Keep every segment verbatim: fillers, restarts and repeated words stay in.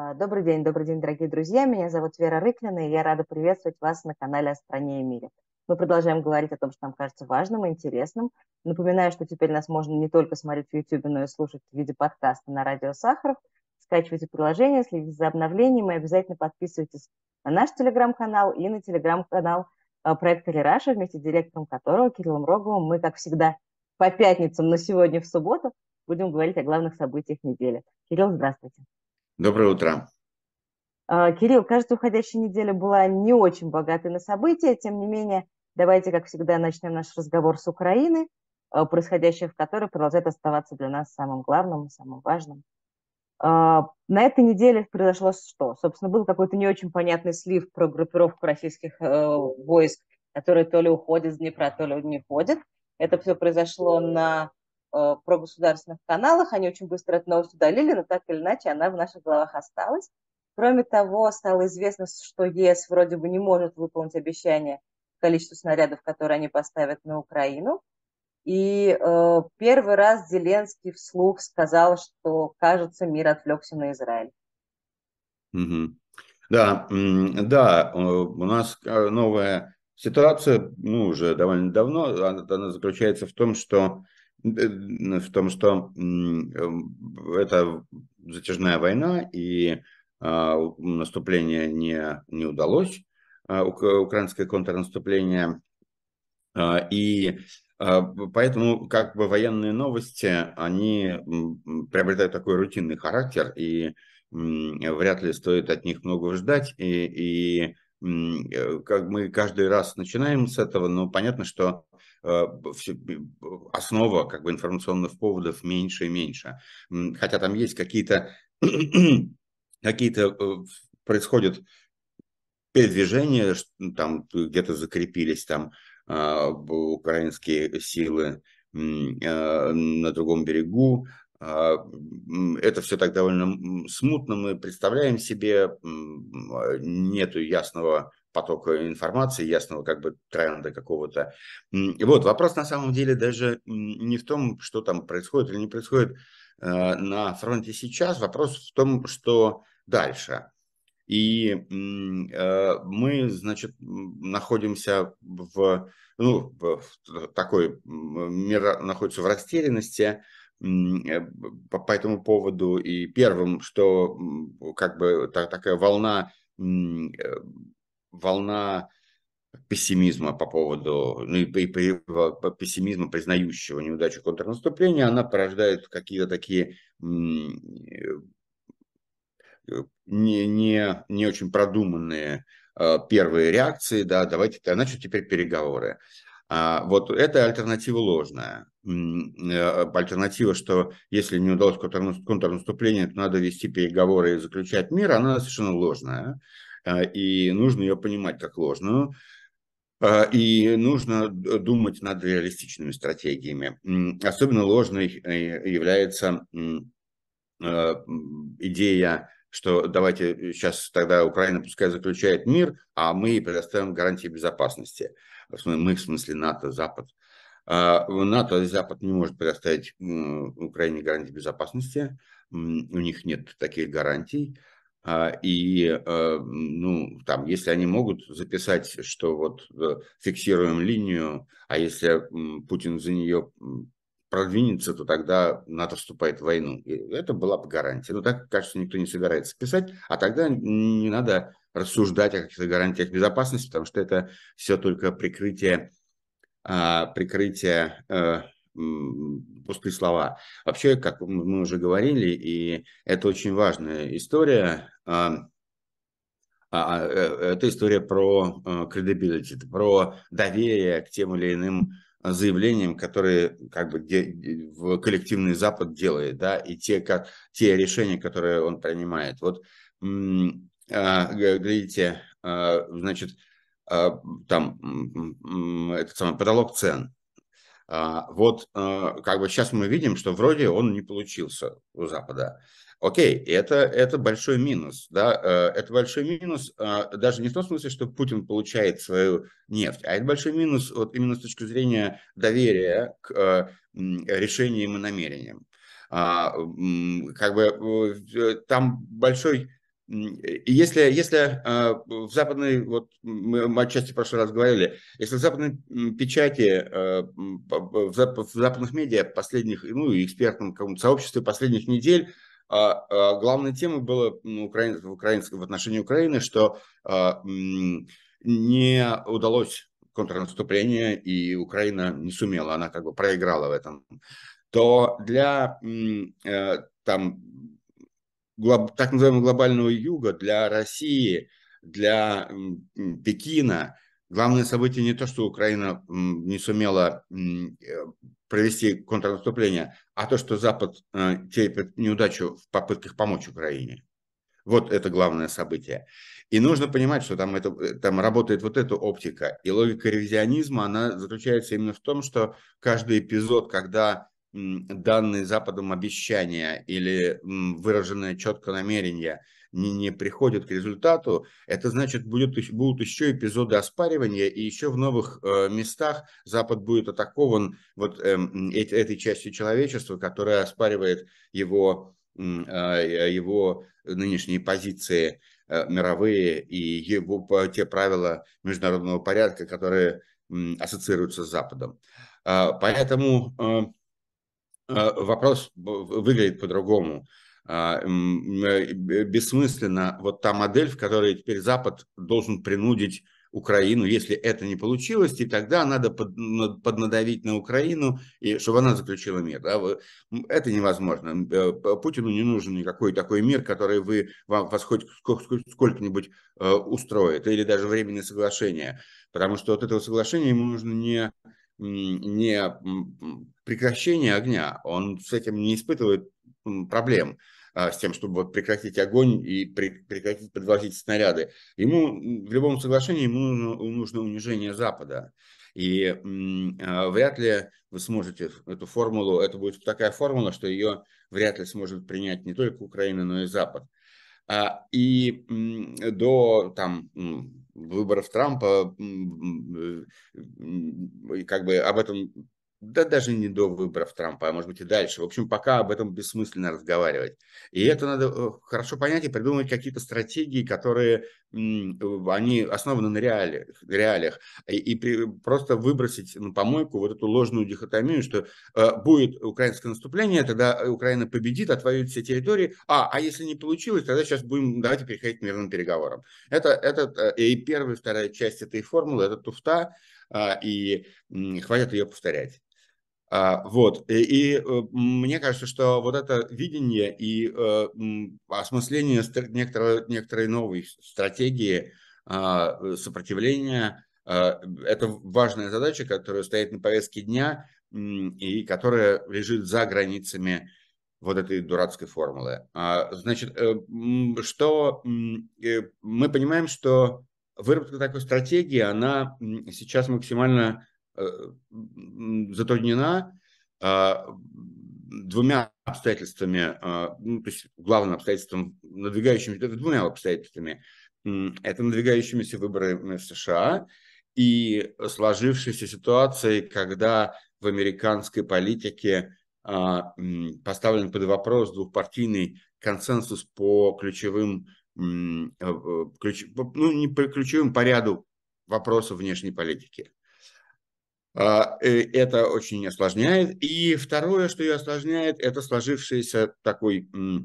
А, Добрый день, добрый день, дорогие друзья. Меня зовут Вера Рыклина, и я рада приветствовать вас на канале «О стране и мире». Мы продолжаем говорить о том, что нам кажется важным и интересным. Напоминаю, что теперь нас можно не только смотреть в YouTube, но и слушать в виде подкаста на радио Сахаров. Скачивайте приложение, следите за обновлениями и обязательно подписывайтесь на наш телеграм-канал и на телеграм-канал а, проекта «Лераша», вместе с директором которого, Кириллом Роговым, мы, как всегда, по пятницам, но сегодня в субботу будем говорить о главных событиях недели. Кирилл, здравствуйте. Доброе утро. А, Кирилл, кажется, уходящая неделя была не очень богатой на события. Тем не менее, давайте, как всегда, начнем наш разговор с Украины, а, происходящее в которой продолжает оставаться для нас самым главным, самым важным. А, На этой неделе произошло что? Собственно, был какой-то не очень понятный слив про группировку российских э, войск, которые то ли уходят с Днепра, то ли не ходят. Это все произошло на э, прогосударственных каналах. Они очень быстро эту новость удалили, но так или иначе она в наших головах осталась. Кроме того, стало известно, что ЕС вроде бы не может выполнить обещание количества снарядов, которые они поставят на Украину. И э, первый раз Зеленский вслух сказал, что, кажется, мир отвлекся на Израиль. Мгм. Да, м, да, э, у нас э, новая ситуация, ну, уже довольно давно, она, она заключается в том, что э, в том, что м, э, это затяжная война, и а, наступление не, не удалось, а, ук- украинское контрнаступление. А, И а, поэтому как бы военные новости, они м, приобретают такой рутинный характер, и м, вряд ли стоит от них много ждать. И, и м, э, как мы каждый раз начинаем с этого, но понятно, что э, все- основа как бы информационных поводов меньше и меньше. М, Хотя там есть какие-то какие-то э, происходят передвижения, ш- там где-то закрепились там а, б- украинские силы м, а, на другом берегу. А, м, Это все так довольно м, смутно мы представляем себе, м, а, нету ясного потока информации, ясного как бы тренда какого-то. М, Вот, вопрос на самом деле даже м, не в том, что там происходит или не происходит э, на фронте сейчас, вопрос в том, что дальше. И м, э, мы, значит, м, находимся в, ну, в в такой, м, мир находится в растерянности м, э, по, по этому поводу. И первым, что м, как бы та- такая волна, м, э, волна пессимизма по поводу, ну и, и при- в- пессимизма, признающего неудачу контрнаступления, она порождает какие-то такие м, э, не, не, не очень продуманные э, первые реакции, да, давайте, а значит, теперь переговоры. А, вот это альтернатива ложная. М, э, Альтернатива, что если не удалось контрнас- контрнаступление, то надо вести переговоры и заключать мир, она совершенно ложная. А, И нужно ее понимать как ложную. А, И нужно д- думать над реалистичными стратегиями. М, Особенно ложной э, является м, э, м, идея, что давайте сейчас тогда Украина пускай заключает мир, а мы ей предоставим гарантии безопасности. В смысле, мы, в смысле НАТО, Запад. А НАТО и Запад не может предоставить м, Украине гарантии безопасности. М, У них нет таких гарантий. А, И, э, ну, там, если они могут записать, что вот э, фиксируем линию, а если м, Путин за нее м, продвинется, то тогда НАТО вступает в войну. И это была бы гарантия. Но так, кажется, никто не собирается писать, а тогда не надо рассуждать о каких-то гарантиях безопасности, потому что это все только прикрытие, а, прикрытие э, м, пустые слова. Вообще, как мы уже говорили, и это очень важная история, а, а, э, это история про э, credibility, про доверие к тем или иным э, заявлениям, которые как бы де- де- в коллективный Запад делает, да, и те, как, те решения, которые он принимает. Вот, м, а, г- глядите, а, значит, а, там м, м, этот самый потолок цен. А, Вот а, как бы сейчас мы видим, что вроде он не получился у Запада. Окей, это, это большой минус, да, э, это большой минус а, даже не в том смысле, что Путин получает свою нефть, а это большой минус вот именно с точки зрения доверия к э, м, решениям и намерениям. А, м, Как бы э, там большой И если, если в западной, вот мы отчасти в прошлый раз говорили, если в западной печати, в западных медиа последних, ну и экспертном каком-то сообществе последних недель, главной темой было в, в отношении Украины, что не удалось контрнаступление, и Украина не сумела, она как бы проиграла в этом, то для там, так называемого глобального юга, для России, для Пекина, главное событие не то, что Украина не сумела провести контрнаступление, а то, что Запад терпит неудачу в попытках помочь Украине. Вот это главное событие. И нужно понимать, что там, это, там работает вот эта оптика. И логика ревизионизма, она заключается именно в том, что каждый эпизод, когда данные Западом обещания или выраженное четкое намерение не, не приходят к результату, это значит, будет, будут еще эпизоды оспаривания, и еще в новых э, местах Запад будет атакован вот э, этой частью человечества, которая оспаривает его, э, его нынешние позиции э, мировые и его, те правила международного порядка, которые э, ассоциируются с Западом. Э, поэтому э, вопрос выглядит по-другому. Бессмысленно вот та модель, в которой теперь Запад должен принудить Украину, если это не получилось, и тогда надо поднадавить на Украину, и чтобы она заключила мир. Да? Это невозможно. Путину не нужен никакой такой мир, который вы, вас хоть сколько-нибудь устроит, или даже временное соглашение. Потому что от этого соглашения ему нужно не не прекращение огня, он с этим не испытывает проблем, с тем, чтобы вот прекратить огонь и прекратить подвозить снаряды. Ему в любом соглашении ему нужно, нужно унижение Запада. И э, вряд ли вы сможете эту формулу, это будет такая формула, что ее вряд ли сможет принять не только Украина, но и Запад. А, и до там, выборов Трампа как бы об этом, да даже не до выборов Трампа, а может быть и дальше. В общем, пока об этом бессмысленно разговаривать. И это надо хорошо понять и придумать какие-то стратегии, которые они основаны на реалиях, реалиях и, и при, просто выбросить на помойку вот эту ложную дихотомию, что э, будет украинское наступление, тогда Украина победит, отвоюет все территории, а, а если не получилось, тогда сейчас будем, давайте переходить к мирным переговорам. Это, это и первая, и вторая часть этой формулы, это туфта, э, и э, хватит ее повторять. А, вот, и, и мне кажется, что вот это видение и э, осмысление некоторой, некоторой новой стратегии э, сопротивления э, это важная задача, которая стоит на повестке дня э, и которая лежит за границами вот этой дурацкой формулы. А, значит, э, что э, мы понимаем, что выработка такой стратегии, она сейчас максимально затруднена двумя обстоятельствами, ну, то есть главным обстоятельством, надвигающимися, двумя обстоятельствами. Это надвигающимися выборами в США и сложившейся ситуацией, когда в американской политике поставлен под вопрос двухпартийный консенсус по ключевым, ключ, ну, не по ключевым, по ряду вопросов внешней политики. Это очень осложняет. И второе, что ее осложняет, это сложившийся такой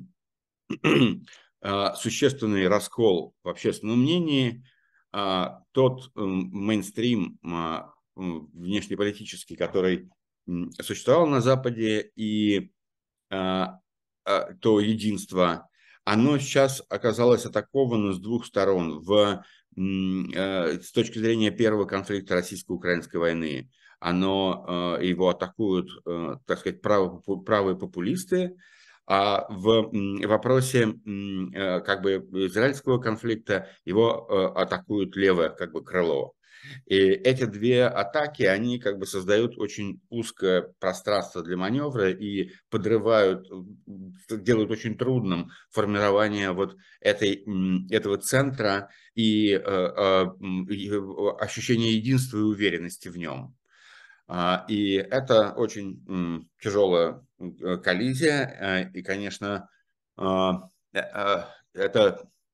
существенный раскол в общественном мнении. Тот мейнстрим внешнеполитический, который существовал на Западе, и то единство, оно сейчас оказалось атаковано с двух сторон. В, с точки зрения первого конфликта российско-украинской войны, оно, его атакуют, так сказать, правые, правые популисты, а в вопросе как бы израильского конфликта его атакуют левое как бы крыло. И эти две атаки, они как бы создают очень узкое пространство для маневра и подрывают, делают очень трудным формирование вот этой, этого центра и, и ощущение единства и уверенности в нем. И это очень тяжелая коллизия, и, конечно, это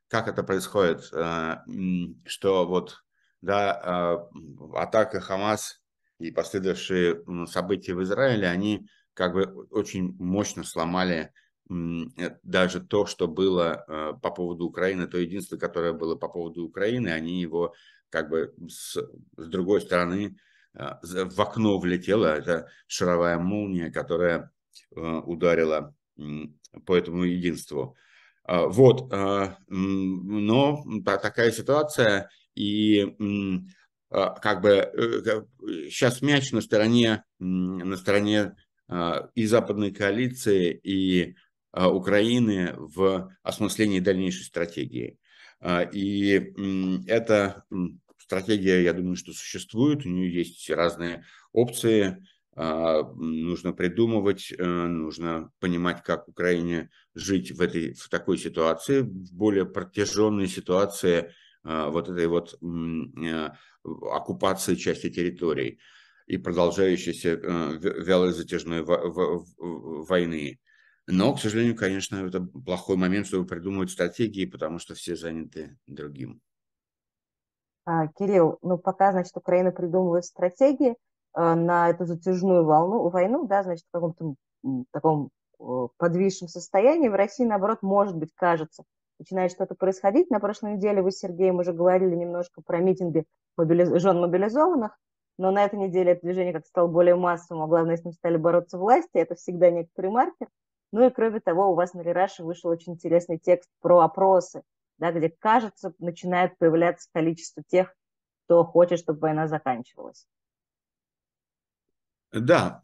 как это происходит, что вот, да, атака Хамас и последующие события в Израиле, они как бы очень мощно сломали даже то, что было по поводу Украины, то единство, которое было по поводу Украины, они его как бы с, с другой стороны в окно влетела, это шаровая молния, которая ударила по этому единству. Вот, но такая ситуация, и как бы сейчас мяч на стороне, на стороне и западной коалиции, и Украины в осмыслении дальнейшей стратегии. И эта стратегия, я думаю, что существует, у нее есть разные опции, нужно придумывать, нужно понимать, как Украине жить в, этой, в такой ситуации, в более протяженной ситуации вот этой вот оккупации части территорий и продолжающейся вялой затяжной войны. Но, к сожалению, конечно, это плохой момент, чтобы придумывать стратегии, потому что все заняты другим. А, Кирилл, ну пока, значит, Украина придумывает стратегии э, на эту затяжную волну, войну, да, значит, в каком-то м, таком э, подвисшем состоянии, в России, наоборот, может быть, кажется, начинает что-то происходить. На прошлой неделе вы с Сергеем уже говорили немножко про митинги мобилиз... жен мобилизованных, но на этой неделе это движение как-то стало более массовым, а главное, с ним стали бороться власти, это всегда некоторый маркер. Ну и кроме того, у вас на Рераше вышел очень интересный текст про опросы, да, где, кажется, начинает появляться количество тех, кто хочет, чтобы война заканчивалась. Да,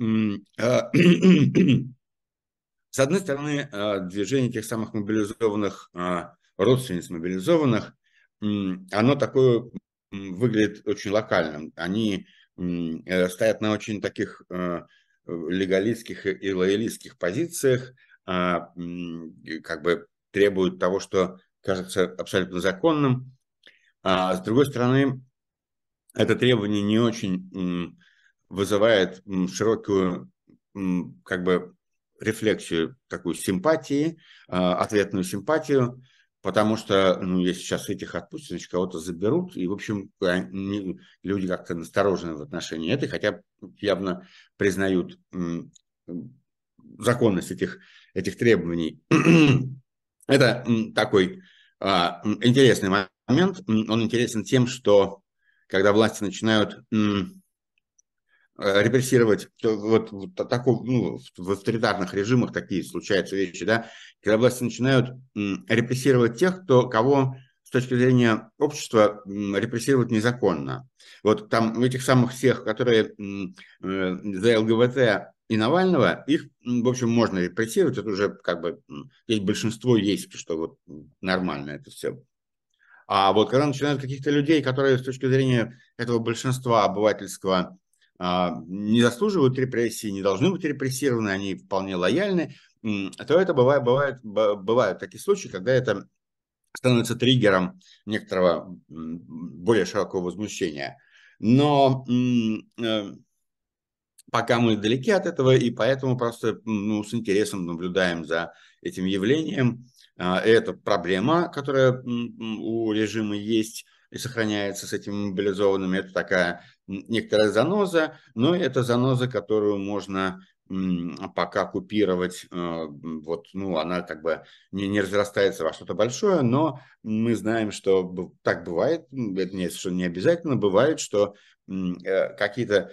с одной стороны, движение тех самых мобилизованных, родственниц мобилизованных, оно такое выглядит очень локальным. Они стоят на очень таких легалистских и лоялистских позициях, как бы требуют того, что кажется абсолютно законным. А с другой стороны, это требование не очень вызывает широкую как бы рефлексию, такую симпатии, ответную симпатию, потому что, ну, если сейчас этих отпустят, значит, кого-то заберут, и, в общем, люди как-то насторожены в отношении этой, хотя явно признают законность этих, этих требований. Это такой интересный момент. Он интересен тем, что когда власти начинают репрессировать, вот, вот такого, ну, в авторитарных режимах такие случаются вещи, да, когда власти начинают репрессировать тех, кто, кого с точки зрения общества репрессировать незаконно. Вот там этих самых всех, которые за ЛГБТ и Навального, их, в общем, можно репрессировать, это уже как бы есть большинство, есть, что вот нормально это все. А вот когда начинают каких-то людей, которые с точки зрения этого большинства обывательского не заслуживают репрессий, не должны быть репрессированы, они вполне лояльны, то это бывает, бывает, бывают такие случаи, когда это становится триггером некоторого более широкого возмущения. Но пока мы далеки от этого, и поэтому просто ну, с интересом наблюдаем за этим явлением. Это проблема, которая у режима есть и сохраняется с этими мобилизованными. Это такая некоторая заноза, но это заноза, которую можно пока купировать. Вот, ну, она как бы не, не разрастается во что-то большое, но мы знаем, что так бывает. Это не, совершенно не обязательно. Бывает, что какие-то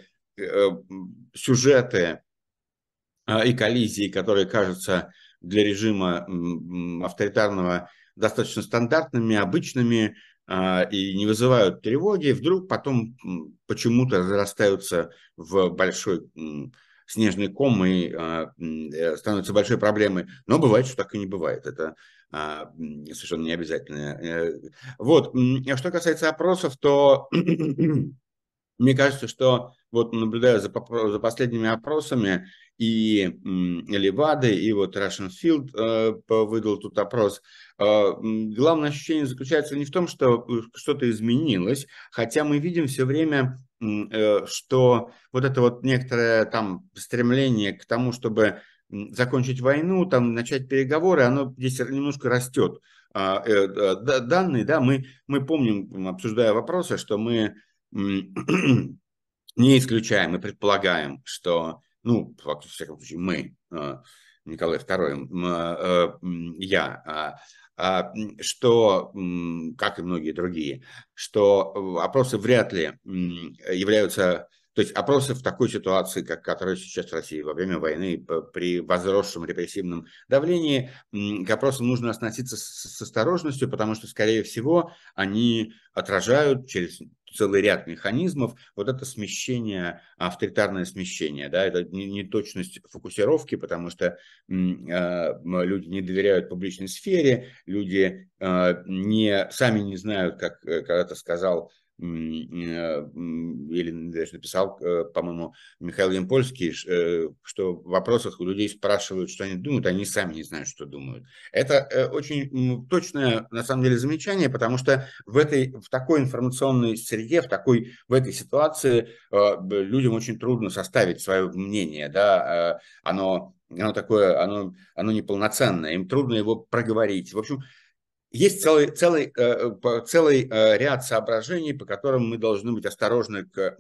сюжеты и коллизии, которые кажутся для режима авторитарного достаточно стандартными, обычными и не вызывают тревоги, вдруг потом почему-то разрастаются в большой снежный ком и становятся большой проблемой. Но бывает, что так и не бывает. Это совершенно не обязательно. Вот. А что касается опросов, то мне кажется, что вот наблюдая за, за последними опросами, и Левады, и вот Russian Field э, выдал тут опрос, э, главное ощущение заключается не в том, что что-то изменилось, хотя мы видим все время, э, что вот это вот некоторое там стремление к тому, чтобы закончить войну, там начать переговоры, оно здесь немножко растет. данные, да, мы, мы помним, обсуждая вопросы, что мы не исключаем, мы предполагаем, что, ну, во всяком случае, мы, Николай второй, я, что, как и многие другие, что опросы вряд ли являются... То есть опросы в такой ситуации, как которая сейчас в России во время войны, при возросшем репрессивном давлении, к опросам нужно относиться с, с осторожностью, потому что, скорее всего, они отражают через целый ряд механизмов вот это смещение, авторитарное смещение, да, это неточность фокусировки, потому что э, люди не доверяют публичной сфере, люди э, не, сами не знают, как когда-то сказал или даже написал, по-моему, Михаил Ямпольский, что в вопросах у людей спрашивают, что они думают, они сами не знают, что думают. Это очень точное, на самом деле, замечание, потому что в, этой, в такой информационной среде, в, такой, в этой ситуации людям очень трудно составить свое мнение, да, оно, оно такое, оно, оно неполноценное, им трудно его проговорить. В общем, есть целый, целый, целый ряд соображений, по которым мы должны быть осторожны к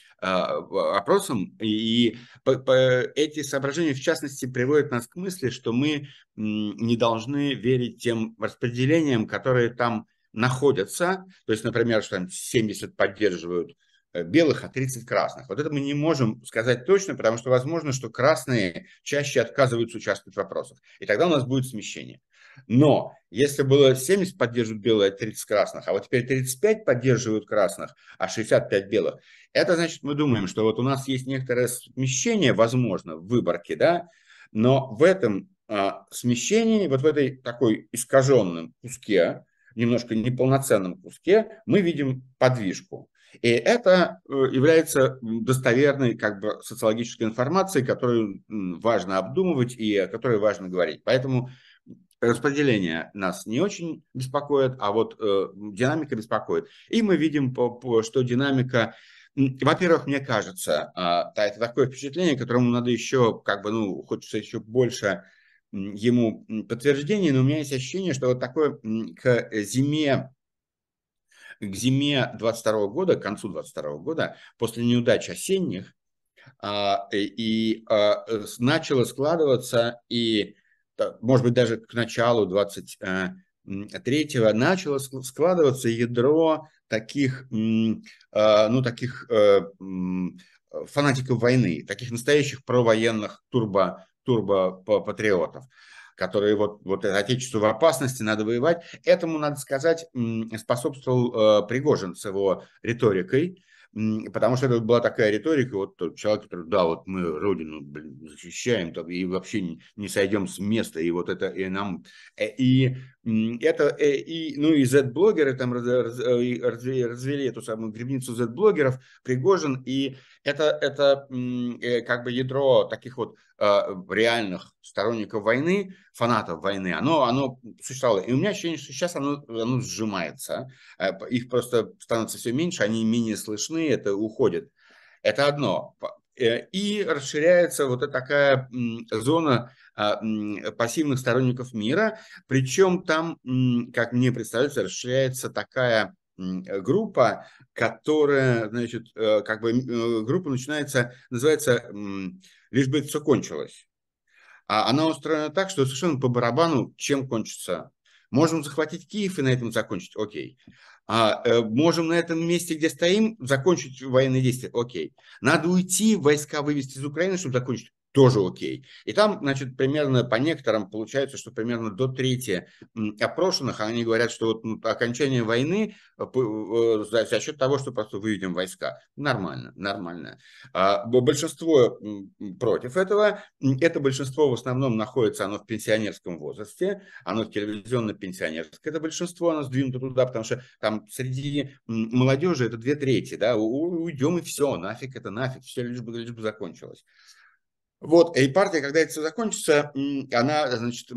опросам. И эти соображения, в частности, приводят нас к мысли, что мы не должны верить тем распределениям, которые там находятся. То есть, например, что там семьдесят поддерживают белых, а тридцать красных. Вот это мы не можем сказать точно, потому что возможно, что красные чаще отказываются участвовать в вопросах. И тогда у нас будет смещение. Но если было семьдесят поддерживают белых, а тридцать красных, а вот теперь тридцать пять поддерживают красных, а шестьдесят пять белых, это значит, мы думаем, что вот у нас есть некоторое смещение, возможно, в выборке, да, но в этом а, смещении, вот в этой такой искаженном куске, немножко неполноценном куске, мы видим подвижку. И это является достоверной как бы социологической информацией, которую важно обдумывать и о которой важно говорить. Поэтому распределение нас не очень беспокоит, а вот э, динамика беспокоит. И мы видим, по, по, что динамика, во-первых, мне кажется, э, это такое впечатление, которому надо еще, как бы, ну, хочется еще больше ему подтверждения, но у меня есть ощущение, что вот такое к зиме, к зиме двадцать второго года, к концу двадцать второго года, после неудач осенних, э, и э, начало складываться и может быть, даже к началу двадцать третьего начало складываться ядро таких, ну, таких фанатиков войны, таких настоящих провоенных турбо, турбо-патриотов, которые вот, вот отечеству в опасности, надо воевать. Этому, надо сказать, способствовал Пригожин с его риторикой, потому что это была такая риторика, вот тот человек, который, да, вот мы родину, блин, защищаем, и вообще не, не сойдем с места, и вот это, и нам, и это, и, ну и Z-блогеры там развели, развели эту самую гребницу Z-блогеров, Пригожин, и это, это как бы ядро таких вот реальных сторонников войны, фанатов войны, оно, оно существовало. И у меня ощущение, что сейчас оно, оно сжимается. Их просто становится все меньше, они менее слышны, это уходит. Это одно. И расширяется вот эта такая зона пассивных сторонников мира. Причем там, как мне представляется, расширяется такая группа, которая, значит, как бы группа начинается, называется «Лишь бы это все кончилось». А она устроена так, что совершенно по барабану, чем кончится. Можем захватить Киев и на этом закончить, окей. А, э, можем на этом месте, где стоим, закончить военные действия, окей. Надо уйти, войска вывести из Украины, чтобы закончить, тоже окей. И там, значит, примерно по некоторым получается, что примерно до трети опрошенных, они говорят, что вот ну, окончание войны за, за счет того, что просто выведем войска. Нормально, нормально. А, большинство против этого. Это большинство в основном находится, оно в пенсионерском возрасте, оно телевизионно-пенсионерское. Это большинство, оно сдвинуто туда, потому что там среди молодежи это две трети, да, уйдем и все, нафиг это нафиг, все лишь бы, лишь бы закончилось. Вот, и партия, когда это все закончится, она, значит,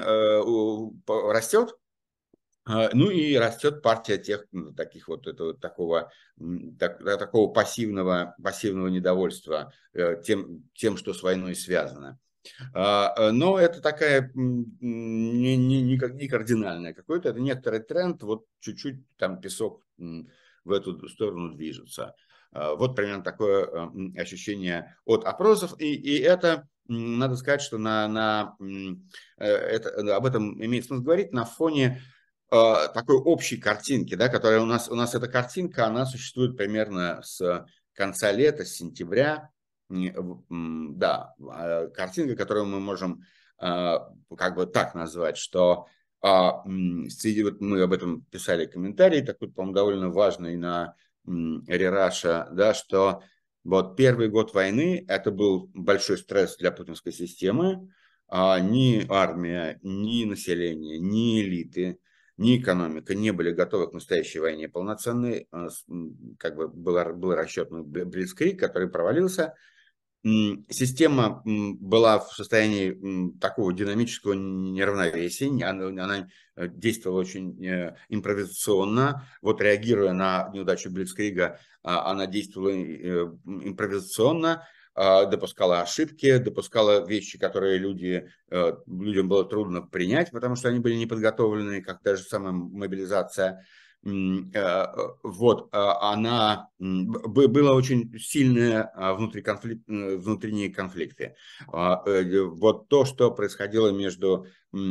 растет, ну и растет партия тех, таких вот, этого, такого, так, такого пассивного, пассивного недовольства тем, тем, что с войной связано. Но это такая не, не, не, не кардинальная какой-то, это некоторый тренд, вот чуть-чуть там песок в эту сторону движется. Вот примерно такое ощущение от опросов, и, и это, надо сказать, что на, на, это, об этом имеет смысл говорить на фоне такой общей картинки, да, которая у нас, у нас эта картинка, она существует примерно с конца лета, с сентября. Да, картинка, которую мы можем как бы так назвать, что среди, вот мы об этом писали комментарий, такой, по-моему, довольно важный на Рераша, да, что вот первый год войны это был большой стресс для путинской системы, ни армия, ни население, ни элиты, ни экономика не были готовы к настоящей войне полноценной, как бы был, был расчетный блицкриг, который провалился. Система была в состоянии такого динамического неравновесия, она, она действовала очень импровизационно. Вот реагируя на неудачу блицкрига, она действовала импровизационно, допускала ошибки, допускала вещи, которые люди, людям было трудно принять, потому что они были не подготовлены, как та же самая мобилизация. Вот, она, было очень сильные внутренние конфликты. Вот то, что происходило между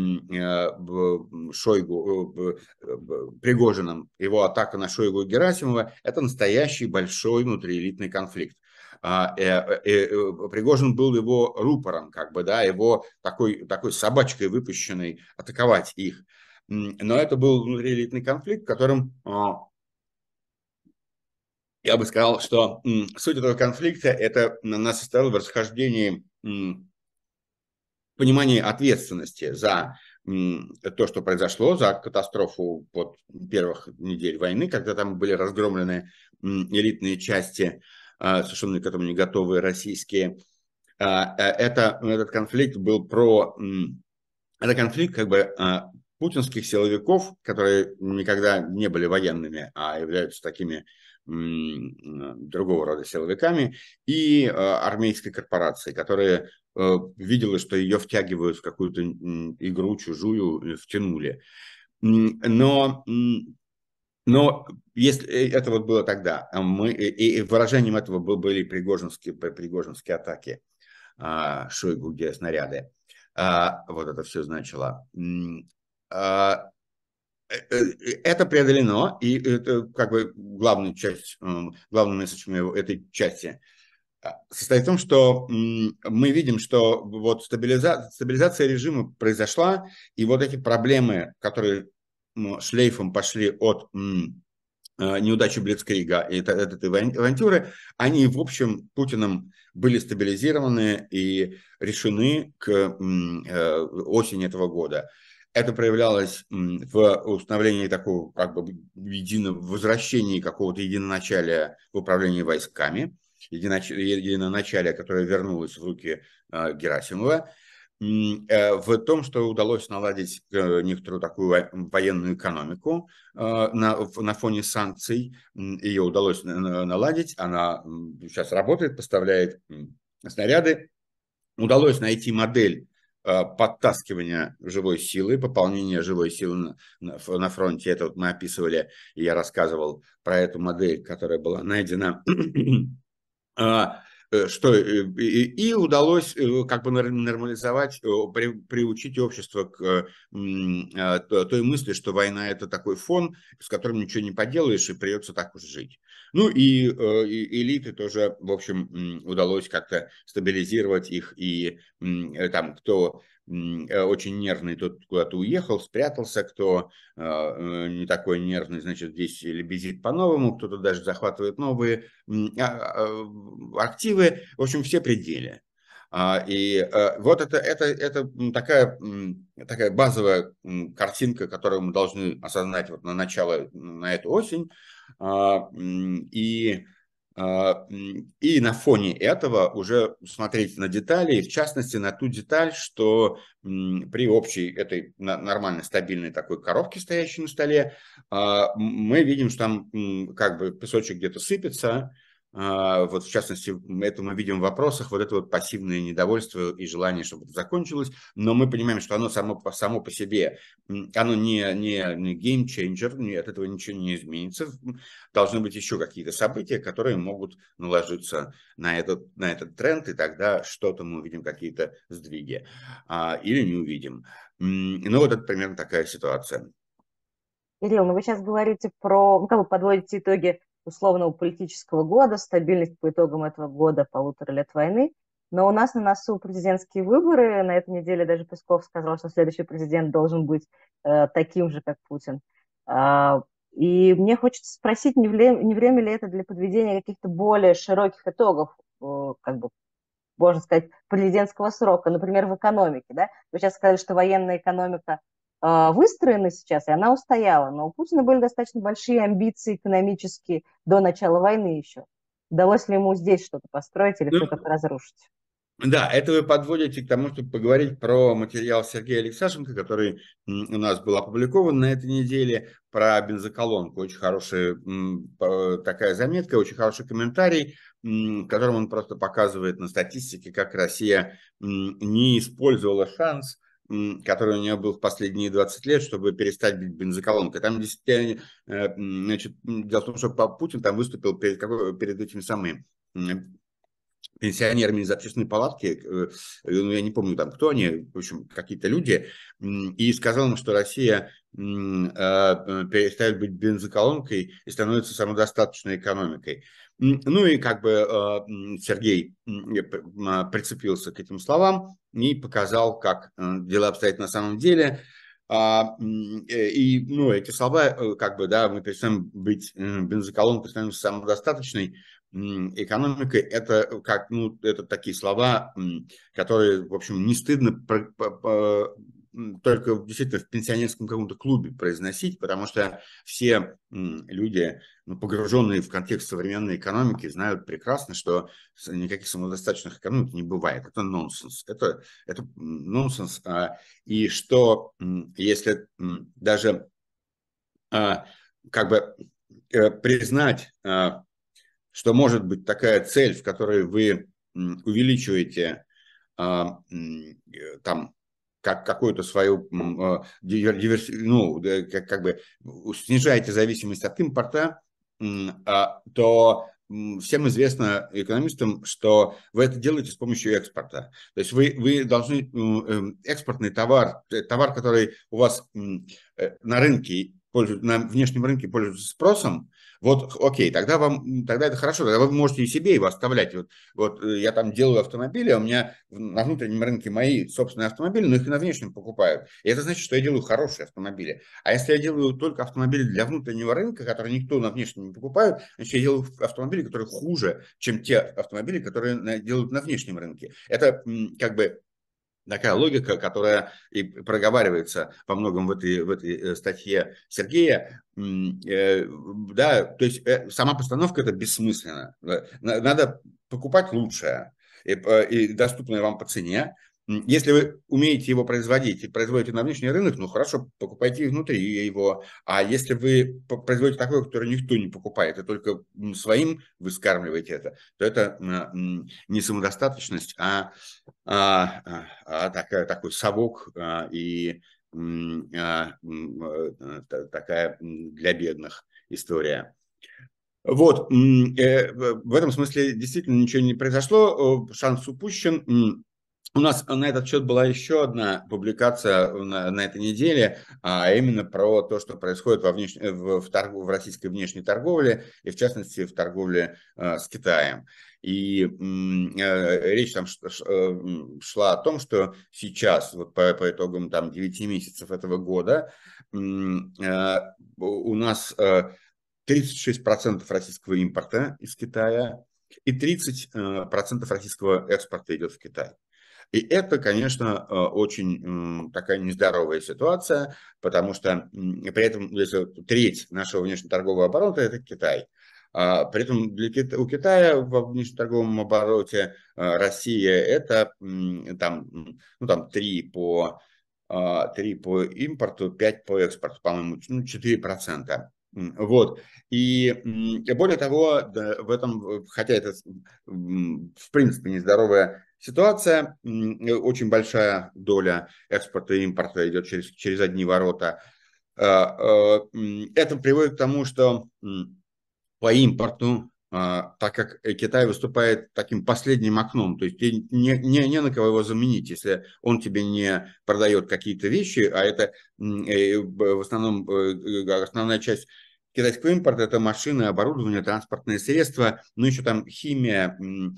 Шойгу, Пригожиным, его атака на Шойгу и Герасимова, это настоящий большой внутриэлитный конфликт. Пригожин был его рупором, как бы, да, его такой, такой собачкой выпущенной атаковать их. Но это был внутриэлитный конфликт, в котором я бы сказал, что суть этого конфликта это нас состояла в расхождении понимания ответственности за то, что произошло, за катастрофу под первых недель войны, когда там были разгромлены элитные части, совершенно к этому не готовые российские. Это, этот конфликт был про... Это конфликт как бы путинских силовиков, которые никогда не были военными, а являются такими другого рода силовиками, и армейской корпорации, которая видела, что ее втягивают в какую-то игру чужую, втянули. Но, но если это вот было тогда, мы, и выражением этого были пригожинские, пригожинские атаки, Шойгу, где снаряды. Вот это все значило. Это преодолено, и это как бы главная часть, главный месседж этой части состоит в том, что мы видим, что вот стабилизация, стабилизация режима произошла, и вот эти проблемы, которые шлейфом пошли от неудачи Блицкрига и от этой авантюры, они, в общем, Путиным были стабилизированы и решены к осени этого года. Это проявлялось в установлении такого, как бы, единого, возвращении какого-то единоначалия в управлении войсками, единоначалия, которое вернулось в руки Герасимова, в том, что удалось наладить некоторую такую военную экономику на, на фоне санкций. Ее удалось наладить, она сейчас работает, поставляет снаряды. Удалось найти модель подтаскивания живой силы, пополнения живой силы на, на фронте. Это вот мы описывали, и я рассказывал про эту модель, которая была найдена. Что, и, и удалось как бы нормализовать, при, приучить общество к той мысли, что война это такой фон, с которым ничего не поделаешь, и придется так уж жить. Ну и, и элиты тоже, в общем, удалось как-то стабилизировать их, и там кто очень нервный, тот куда-то уехал, спрятался, кто э, не такой нервный, значит, здесь лебезит по-новому, кто-то даже захватывает новые активы, в общем, все пределы. И э, вот это, это, это такая, такая базовая картинка, которую мы должны осознать вот на начало, на эту осень. И И на фоне этого уже смотреть на детали, и в частности на ту деталь, что при общей этой нормальной стабильной такой коробке, стоящей на столе, мы видим, что там как бы песочек где-то сыпется, Вот в частности, это мы видим в вопросах, вот это вот пассивное недовольство и желание, чтобы это закончилось, но мы понимаем, что оно само, само по себе, оно не, не, не game changer, от этого ничего не изменится. Должны быть еще какие-то события, которые могут наложиться на этот, на этот тренд, и тогда что-то мы увидим, какие-то сдвиги, или не увидим. Ну, вот это примерно такая ситуация. Кирилл, ну вы сейчас говорите про, ну как вы подводите итоги условного политического года, стабильность по итогам этого года, полутора лет войны, но у нас на носу президентские выборы, на этой неделе даже Песков сказал, что следующий президент должен быть э, таким же, как Путин. А, и мне хочется спросить, не время, не время ли это для подведения каких-то более широких итогов, э, как бы, можно сказать, президентского срока, например, в экономике, да? Вы сейчас сказали, что военная экономика э, выстроена сейчас, и она устояла, но у Путина были достаточно большие амбиции экономические до начала войны еще. Удалось ли ему здесь что-то построить или Ну, все только разрушить? да, это вы подводите к тому, чтобы поговорить про материал Сергея Алексашенко, который у нас был опубликован на этой неделе, про бензоколонку. Очень хорошая такая заметка, очень хороший комментарий, в котором он просто показывает на статистике, как Россия не использовала шанс, который у нее был в последние двадцать лет, чтобы перестать быть бензоколонкой. Там действительно, значит, дело в том, что Путин там выступил перед, перед этими самыми пенсионерами из общественной палатки, ну, я не помню там, кто они, в общем, какие-то люди, и сказал им, что Россия перестает быть бензоколонкой и становится самодостаточной экономикой. Ну и как бы Сергей прицепился к этим словам и показал, как дела обстоят на самом деле. И, ну, эти слова, как бы, да, мы перестаем быть бензоколонкой, становимся самодостаточной экономикой, это как, ну, это такие слова, которые, в общем, не стыдно только действительно в пенсионерском каком-то клубе произносить, потому что все люди, ну, погруженные в контекст современной экономики, знают прекрасно, что никаких самодостаточных экономик не бывает. Это нонсенс. Это, это нонсенс. И что если даже как бы признать, что может быть такая цель, в которой вы увеличиваете а, там как какую-то свою диверси, ну, как, как бы снижаете зависимость от импорта, то всем известно экономистам, что вы это делаете с помощью экспорта. То есть вы, вы должны экспортный товар, товар, который у вас на рынке, на внешнем рынке пользуется спросом, вот, окей, тогда вам, тогда это хорошо, тогда вы можете и себе его оставлять. Вот, вот я там делаю автомобили, а у меня на внутреннем рынке мои собственные автомобили, но их и на внешнем покупают. И это значит, что я делаю хорошие автомобили. А если я делаю только автомобили для внутреннего рынка, которые никто на внешнем не покупает, значит, я делаю автомобили, которые хуже, чем те автомобили, которые делают на внешнем рынке. Это как бы такая логика, которая и проговаривается во многом в этой, в этой статье Сергея. Да, то есть сама постановка это бессмысленно. Надо покупать лучшее и, и доступное вам по цене. Если вы умеете его производить и производите на внешний рынок, ну хорошо, покупайте внутри его. А если вы производите такое, которое никто не покупает, и только своим вы скармливаете это, то это не самодостаточность, а, а, а такая, такой совок а, и а, такая для бедных история. Вот, в этом смысле действительно ничего не произошло, шанс упущен. У нас на этот счет была еще одна публикация на, на этой неделе, а именно про то, что происходит во внеш... в, в, торг... в российской внешней торговле, и в частности в торговле э, с Китаем. И э, речь там шла о том, что сейчас, вот по, по итогам там, девяти месяцев этого года, э, у нас э, тридцать шесть процентов российского импорта из Китая и тридцать процентов российского экспорта идет в Китай. И это, конечно, очень такая нездоровая ситуация, потому что при этом если треть нашего внешнеторгового оборота – это Китай. При этом для Кита, у Китая во внешнеторговом обороте Россия – это там, ну, там три по, три по импорту, пять по экспорту, по-моему, ну, четыре процента. Вот. И более того, да, в этом, хотя это в принципе нездоровая ситуация, очень большая доля экспорта и импорта идет через, через одни ворота. Это приводит к тому, что по импорту, так как Китай выступает таким последним окном, то есть не, не, не на кого его заменить, если он тебе не продает какие-то вещи, а это в основном основная часть китайского импорта — это машины, оборудование, транспортные средства, ну еще там химия,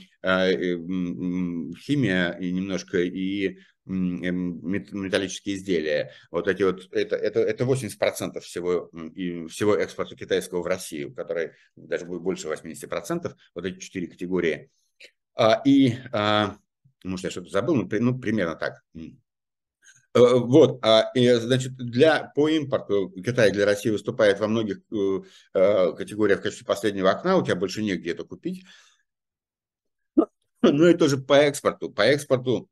химия и немножко и металлические изделия. Вот эти вот, это, это, это восемьдесят процентов всего, и всего экспорта китайского в Россию, который даже будет больше восемьдесят процентов, вот эти четыре категории. И, может, я что-то забыл, ну, ну примерно так. Вот, и, значит, для, по импорту Китай для России выступает во многих категориях в качестве последнего окна, у тебя больше негде это купить. Ну и тоже по экспорту. По экспорту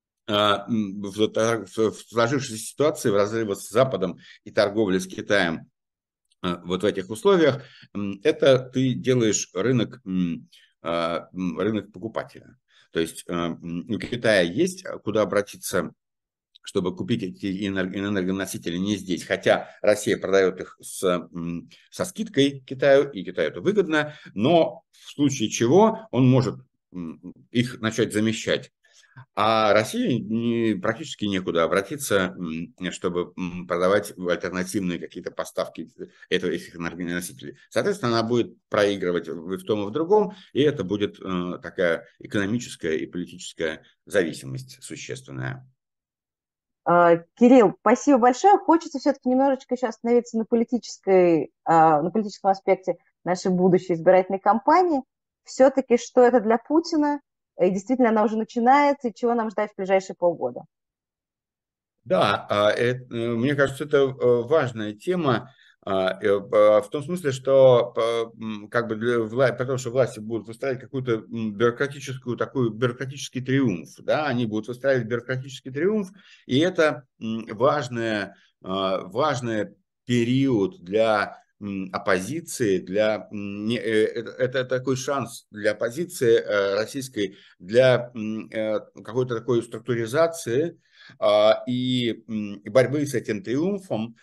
в сложившейся ситуации, в разрыве с Западом и торговле с Китаем, вот в этих условиях, это ты делаешь рынок, рынок покупателя. То есть у Китая есть куда обратиться, чтобы купить эти энергоносители не здесь. Хотя Россия продает их с, со скидкой Китаю, и Китаю это выгодно, но в случае чего он может их начать замещать. А России не, практически некуда обратиться, чтобы продавать альтернативные какие-то поставки этого, этих энергоносителей. Соответственно, она будет проигрывать в том и в другом, и это будет э, такая экономическая и политическая зависимость существенная. Кирилл, спасибо большое. Хочется все-таки немножечко еще остановиться на, политической, на политическом аспекте нашей будущей избирательной кампании. Все-таки что это для Путина? И действительно она уже начинается, и чего нам ждать в ближайшие полгода? Да, это, мне кажется, это важная тема, в том смысле, что как бы для власти, потому что власти будут выстраивать какую-то бюрократическую, такую бюрократический триумф, да, они будут выстраивать бюрократический триумф, и это важная, важный период для оппозиции, для, это такой шанс для оппозиции российской, для какой-то такой структуризации и борьбы с этим триумфом,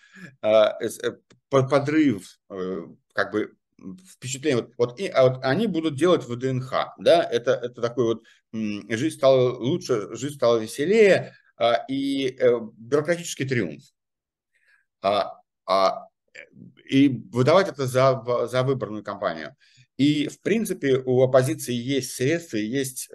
подрыв, как бы впечатление, вот, вот, и, а вот они будут делать в ДНХ, да, это, это такой вот, жизнь стала лучше, жизнь стала веселее, и бюрократический триумф. И выдавать это за, за выборную кампанию. И, в принципе, у оппозиции есть средства, есть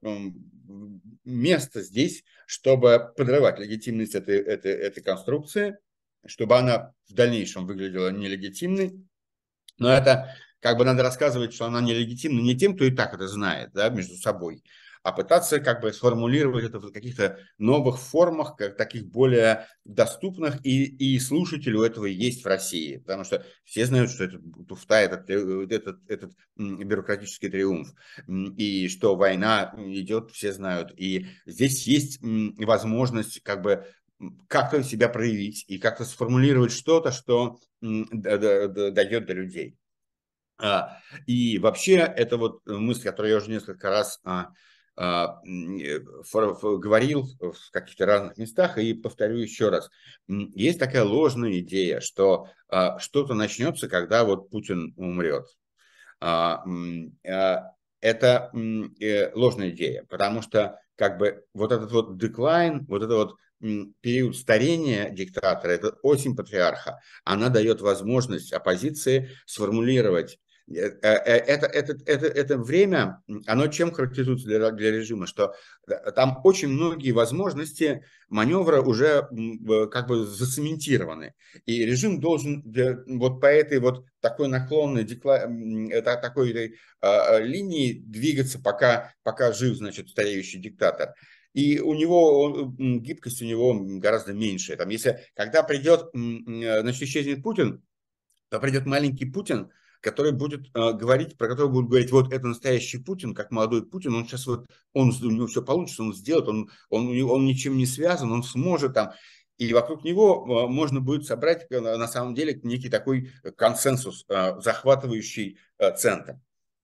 место здесь, чтобы подрывать легитимность этой, этой, этой конструкции, чтобы она в дальнейшем выглядела нелегитимной. Но это как бы надо рассказывать, что она нелегитимна не тем, кто и так это знает, да, между собой, а пытаться как бы сформулировать это в каких-то новых формах, как таких более доступных, и, и слушателю этого есть в России, потому что все знают, что это туфта, этот, этот, этот бюрократический триумф, и что война идет, все знают, и здесь есть возможность как бы как-то себя проявить и как-то сформулировать что-то, что дойдет до людей. И вообще, это вот мысль, которую я уже несколько раз говорил в каких-то разных местах, и повторю еще раз. Есть такая ложная идея, что что-то начнется, когда вот Путин умрет. Это ложная идея, потому что как бы вот этот вот деклайн, вот это вот период старения диктатора, это осень патриарха, она дает возможность оппозиции сформулировать. Это, это, это, это время, оно чем характеризуется для, для режима, что там очень многие возможности маневра уже как бы зацементированы. И режим должен вот по этой вот такой наклонной декла... такой этой, линии двигаться, пока, пока жив, значит, стареющий диктатор. И у него гибкость у него гораздо меньше. Там, если, когда придет, значит, исчезнет Путин, то придет маленький Путин, который будет э, говорить, про которого будут говорить, вот это настоящий Путин, как молодой Путин, он сейчас вот, он, у него все получится, он сделает, он, он, он ничем не связан, он сможет там. и вокруг него можно будет собрать на самом деле некий такой консенсус, захватывающий центр.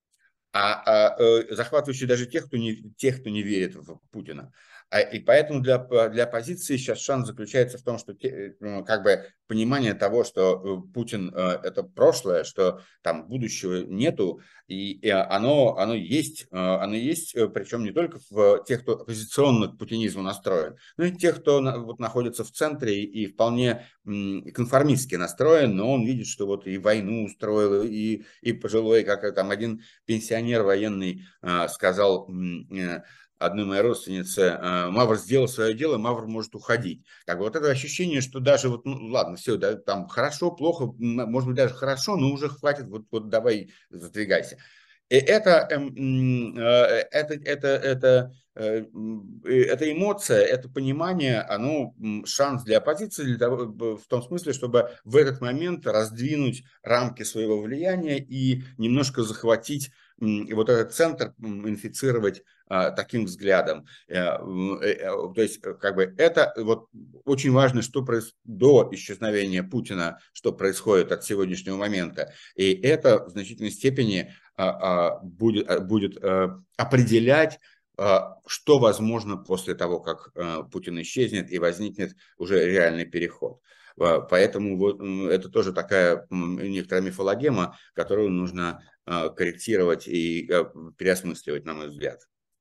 А, а э, захватывающий даже тех, кто не, тех, кто не верит в Путина. А, и поэтому для, для оппозиции сейчас шанс заключается в том, что те, как бы понимание того, что Путин э, это прошлое, что там будущего нету, и, и оно, оно есть, оно есть, причем не только в тех, кто оппозиционно к путинизму настроен, но и тех, кто на, вот, находится в центре и, и вполне м, конформистски настроен, но он видит, что вот и войну устроил, и, и пожилой, как там один пенсионер военный э, сказал э, одной моей родственнице: Мавр сделал свое дело, Мавр может уходить. Как бы вот это ощущение, что даже вот, ну ладно, все, да, там хорошо, плохо, может быть даже хорошо, но уже хватит, вот, вот давай задвигайся. И это, это, это, это, эта эмоция, это понимание, оно шанс для оппозиции для того, в том смысле, чтобы в этот момент раздвинуть рамки своего влияния и немножко захватить вот этот центр, инфицировать таким взглядом. То есть, как бы, это вот очень важно, что происходит до исчезновения Путина, что происходит от сегодняшнего момента. И это в значительной степени будет, будет определять, что возможно после того, как Путин исчезнет и возникнет уже реальный переход. Поэтому вот это тоже такая некоторая мифологема, которую нужно корректировать и переосмысливать, на мой взгляд.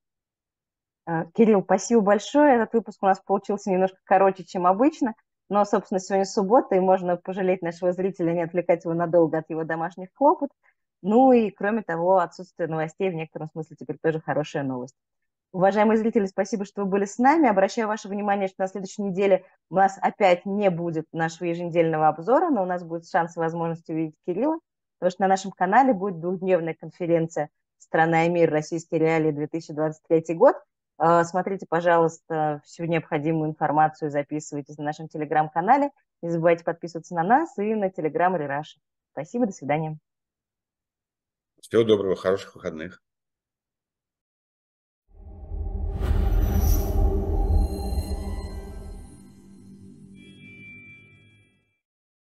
Кирилл, спасибо большое. Этот выпуск у нас получился немножко короче, чем обычно, но, собственно, сегодня суббота, и можно пожалеть нашего зрителя, не отвлекать его надолго от его домашних хлопот. Ну и, кроме того, отсутствие новостей в некотором смысле теперь тоже хорошая новость. Уважаемые зрители, спасибо, что вы были с нами. Обращаю ваше внимание, что на следующей неделе у нас опять не будет нашего еженедельного обзора, но у нас будет шанс и возможность увидеть Кирилла, потому что на нашем канале будет двухдневная конференция «Страна и мир. Российские реалии. две тысячи двадцать третий год». Смотрите, пожалуйста, всю необходимую информацию записывайтесь на нашем телеграм-канале. Не забывайте подписываться на нас и на телеграм Рераши. Спасибо, до свидания. Всего доброго, хороших выходных.